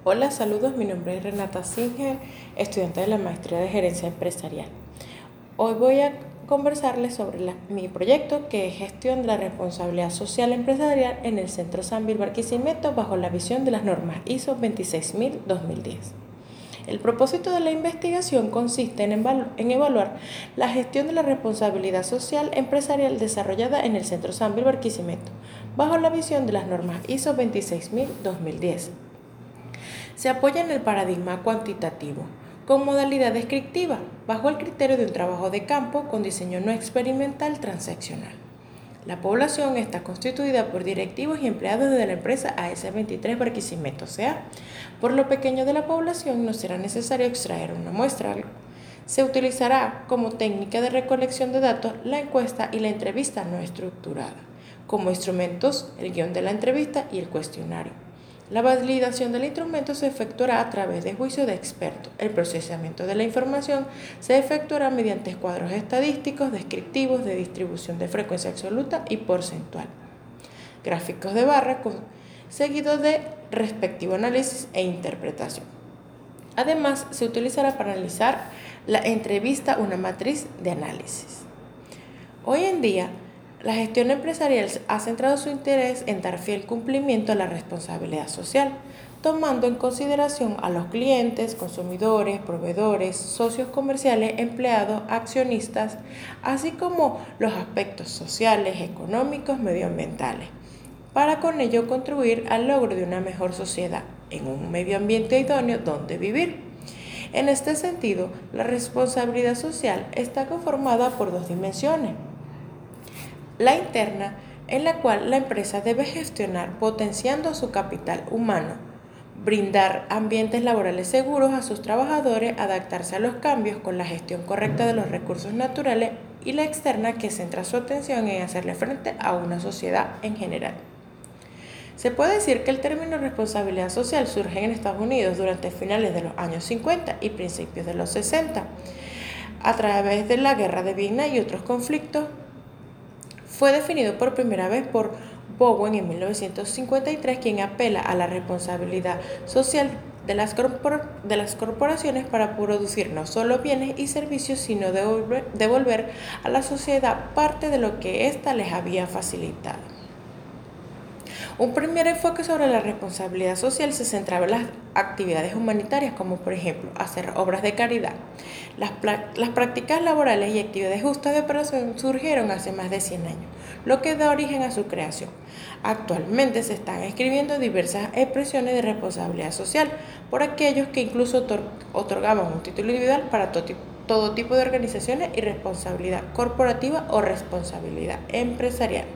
Hola, saludos, mi nombre es Renata Singer, estudiante de la Maestría de Gerencia Empresarial. Hoy voy a conversarles sobre mi proyecto, que es Gestión de la Responsabilidad Social Empresarial en el Centro Sambil Barquisimeto bajo la visión de las normas ISO 26000-2010. El propósito de la investigación consiste en evaluar la gestión de la responsabilidad social empresarial desarrollada en el Centro Sambil Barquisimeto bajo la visión de las normas ISO 26000-2010. Se apoya en el paradigma cuantitativo, con modalidad descriptiva, bajo el criterio de un trabajo de campo con diseño no experimental transaccional. La población está constituida por directivos y empleados de la empresa AS23 Barquisimeto S.A. Por lo pequeño de la población no será necesario extraer una muestra. Se utilizará como técnica de recolección de datos la encuesta y la entrevista no estructurada. Como instrumentos, el guión de la entrevista y el cuestionario. La validación del instrumento se efectuará a través de juicio de expertos. El procesamiento de la información se efectuará mediante cuadros estadísticos descriptivos de distribución de frecuencia absoluta y porcentual. Gráficos de barra seguidos de respectivo análisis e interpretación. Además, se utilizará para analizar la entrevista una matriz de análisis. Hoy en día, la gestión empresarial ha centrado su interés en dar fiel cumplimiento a la responsabilidad social, tomando en consideración a los clientes, consumidores, proveedores, socios comerciales, empleados, accionistas, así como los aspectos sociales, económicos, medioambientales, para con ello contribuir al logro de una mejor sociedad en un medio ambiente idóneo donde vivir. En este sentido, la responsabilidad social está conformada por dos dimensiones. La interna, en la cual la empresa debe gestionar potenciando su capital humano, brindar ambientes laborales seguros a sus trabajadores, adaptarse a los cambios con la gestión correcta de los recursos naturales, y la externa, que centra su atención en hacerle frente a una sociedad en general. Se puede decir que el término responsabilidad social surge en Estados Unidos durante finales de los años 50 y principios de los 60, a través de la guerra de Vietnam y otros conflictos. Fue definido por primera vez por Bowen en 1953, quien apela a la responsabilidad social de las corporaciones para producir no solo bienes y servicios, sino devolver a la sociedad parte de lo que ésta les había facilitado. Un primer enfoque sobre la responsabilidad social se centraba en las actividades humanitarias, como por ejemplo hacer obras de caridad. Las prácticas laborales y actividades justas de operación surgieron hace más de 100 años, lo que da origen a su creación. Actualmente se están escribiendo diversas expresiones de responsabilidad social por aquellos que incluso otorgaban un título individual para todo tipo de organizaciones y responsabilidad corporativa o responsabilidad empresarial.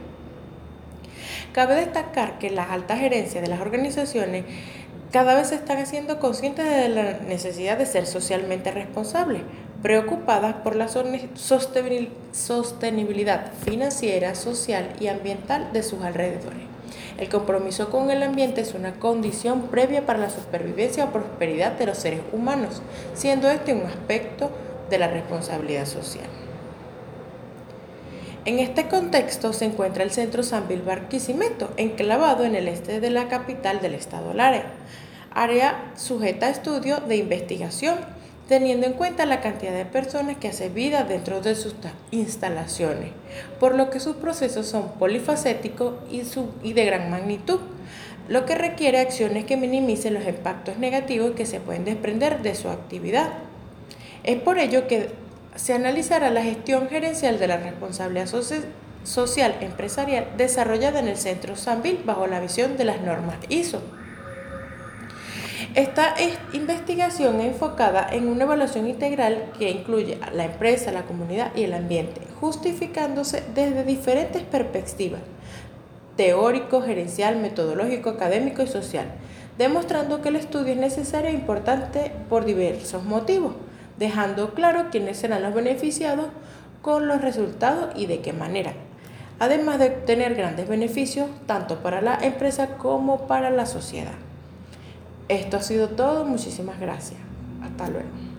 Cabe destacar que las altas gerencias de las organizaciones cada vez se están haciendo conscientes de la necesidad de ser socialmente responsables, preocupadas por la sostenibilidad financiera, social y ambiental de sus alrededores. El compromiso con el ambiente es una condición previa para la supervivencia o prosperidad de los seres humanos, siendo este un aspecto de la responsabilidad social. En este contexto se encuentra el Centro Sambil Barquisimeto, enclavado en el este de la capital del estado Lara, área sujeta a estudio de investigación, teniendo en cuenta la cantidad de personas que hacen vida dentro de sus instalaciones, por lo que sus procesos son polifacéticos y de gran magnitud, lo que requiere acciones que minimicen los impactos negativos que se pueden desprender de su actividad. Es por ello que se analizará la gestión gerencial de la responsabilidad social empresarial desarrollada en el Centro Sambil bajo la visión de las normas ISO. Esta investigación es enfocada en una evaluación integral que incluye a la empresa, la comunidad y el ambiente, justificándose desde diferentes perspectivas: teórico, gerencial, metodológico, académico y social, demostrando que el estudio es necesario e importante por diversos motivos, dejando claro quiénes serán los beneficiados con los resultados y de qué manera, además de obtener grandes beneficios tanto para la empresa como para la sociedad. Esto ha sido todo, muchísimas gracias. Hasta luego.